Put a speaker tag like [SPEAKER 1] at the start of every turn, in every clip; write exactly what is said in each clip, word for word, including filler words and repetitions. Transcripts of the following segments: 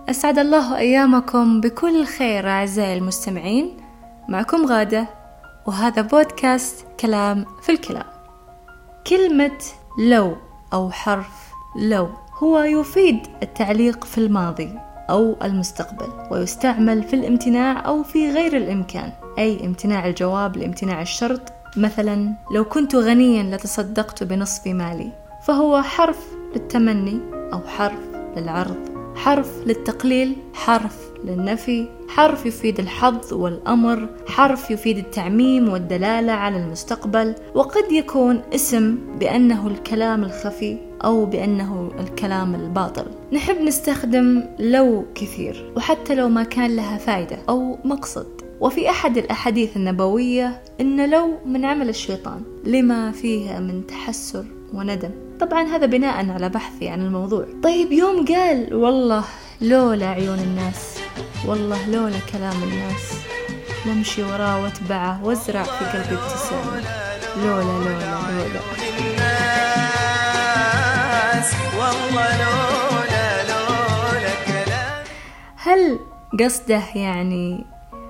[SPEAKER 1] أسعد الله أيامكم بكل خير أعزائي المستمعين. معكم غادة، وهذا بودكاست كلام في الكلام. كلمة لو أو حرف لو هو يفيد التعليق في الماضي أو المستقبل، ويستعمل في الامتناع أو في غير الإمكان، أي امتناع الجواب لامتناع الشرط. مثلا لو كنت غنيا لتصدقت بنصف مالي، فهو حرف للتمني أو حرف للعرض، حرف للتقليل، حرف للنفي، حرف يفيد الحظ والأمر، حرف يفيد التعميم والدلالة على المستقبل، وقد يكون اسم بأنه الكلام الخفي أو بأنه الكلام الباطل. نحب نستخدم لو كثير، وحتى لو ما كان لها فائدة أو مقصد. وفي أحد الأحاديث النبوية إن لو من عمل الشيطان لما فيها من تحسر وندم. طبعا هذا بناء على بحثي عن الموضوع. طيب يوم قال والله لولا عيون الناس، والله لولا كلام الناس، نمشي وراه واتبعه وازرع في قلبي ابتسامة، لولا لولا لولا والله لولا لولا كلام. هل قصده يعني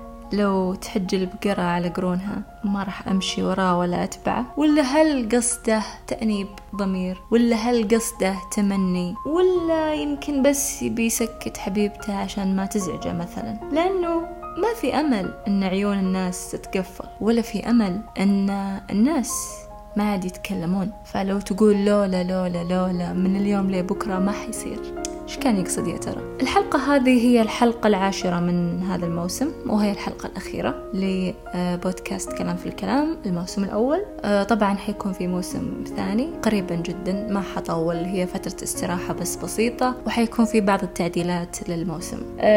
[SPEAKER 1] لو تحج البقرة على قرونها ما راح أمشي وراه ولا أتبعه؟ ولا هل قصده تأنيب ضمير؟ ولا هل قصده تمني؟ ولا يمكن بس بيسكت حبيبته عشان ما تزعجه مثلا؟ لأنه ما في أمل أن عيون الناس تتقفل، ولا في أمل أن الناس ما عاد يتكلمون. فلو تقول لولا لولا لولا من اليوم لبكرة ما حيصير. إيش كان يقصد يا ترى؟ الحلقة هذه هي الحلقة العاشرة من هذا الموسم، وهي الحلقة الأخيرة لبودكاست كلام في الكلام الموسم الأول. طبعا حيكون في موسم ثاني قريبا جدا، ما حطول، هي فترة استراحة بس بسيطة، وحيكون في بعض التعديلات للموسم.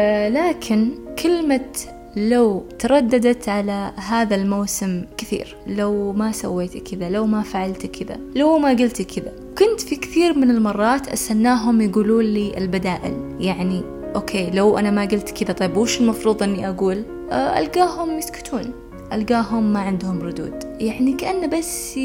[SPEAKER 1] لكن كلمة لو ترددت على هذا الموسم كثير. لو ما سويت كذا، لو ما فعلت كذا، لو ما قلت كذا. كنت في كثير من المرات أستناهم يقولوا لي البدائل، يعني أوكي لو أنا ما قلت كذا طيب وش المفروض أني أقول؟ ألقاهم يسكتون، ألقاهم ما عندهم ردود، يعني كأنه بس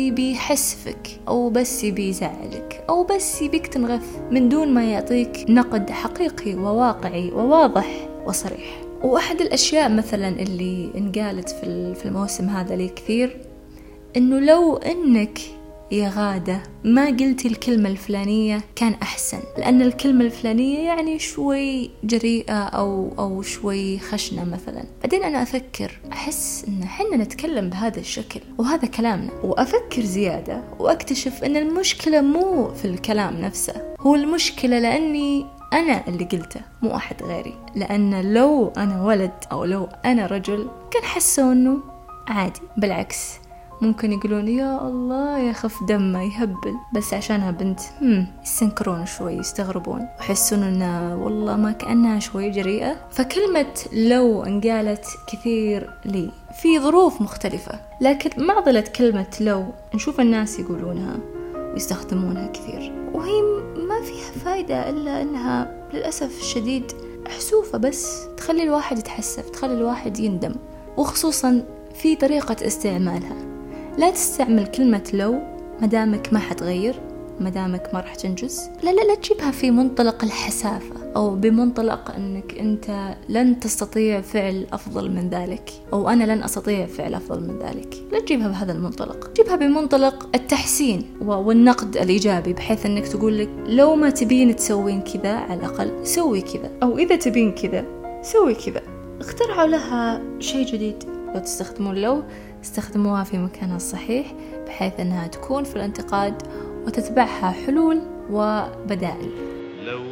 [SPEAKER 1] بيحسفك أو بس بيزعلك أو بس بيك تنغث من دون ما يعطيك نقد حقيقي وواقعي وواضح وصريح. وأحد الأشياء مثلا اللي انقالت في الموسم هذا لي كثير، إنه لو إنك يا غادة ما قلتي الكلمة الفلانية كان أحسن، لأن الكلمة الفلانية يعني شوي جريئة أو أو شوي خشنة مثلا. بعدين أنا أفكر أحس إن حنا نتكلم بهذا الشكل وهذا كلامنا، وأفكر زيادة وأكتشف إن المشكلة مو في الكلام نفسه، هو المشكلة لأني أنا اللي قلته مو أحد غيري. لأن لو أنا ولد أو لو أنا رجل كان حسوا أنه عادي، بالعكس ممكن يقولون يا الله يخف دمه يهبل، بس عشانها بنت هم يستنكرون شوي، يستغربون ويحسون أنها والله ما كأنها شوي جريئة. فكلمة لو انقالت كثير لي في ظروف مختلفة، لكن معضلة كلمة لو نشوف الناس يقولونها ويستخدمونها كثير، وهي ما فيها فايدة إلا أنها للأسف الشديد حسوفة، بس تخلي الواحد يتحسف، تخلي الواحد يندم. وخصوصا في طريقة استعمالها، لا تستعمل كلمة لو مدامك ما حتغير، مدامك ما راح تنجز. لا لا لا تجيبها في منطلق الحسافة أو بمنطلق أنك أنت لن تستطيع فعل أفضل من ذلك، أو أنا لن أستطيع فعل أفضل من ذلك. لا تجيبها بهذا المنطلق، جيبها بمنطلق التحسين والنقد الإيجابي، بحيث أنك تقول لك لو ما تبين تسوين كذا على الأقل سوي كذا، أو إذا تبين كذا سوي كذا. اخترعوا لها شيء جديد. لو تستخدمون لو استخدموها في مكانها الصحيح، بحيث أنها تكون في الانتقاد وتتبعها حلول وبدائل.
[SPEAKER 2] لو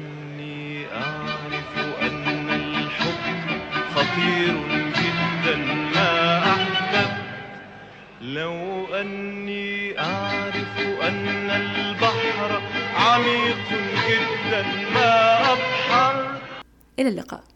[SPEAKER 2] أني أعرف أن الحب خطير جدا ما أحبب، لو أني أعرف أن البحر عميق جدا ما أبحر.
[SPEAKER 1] إلى اللقاء.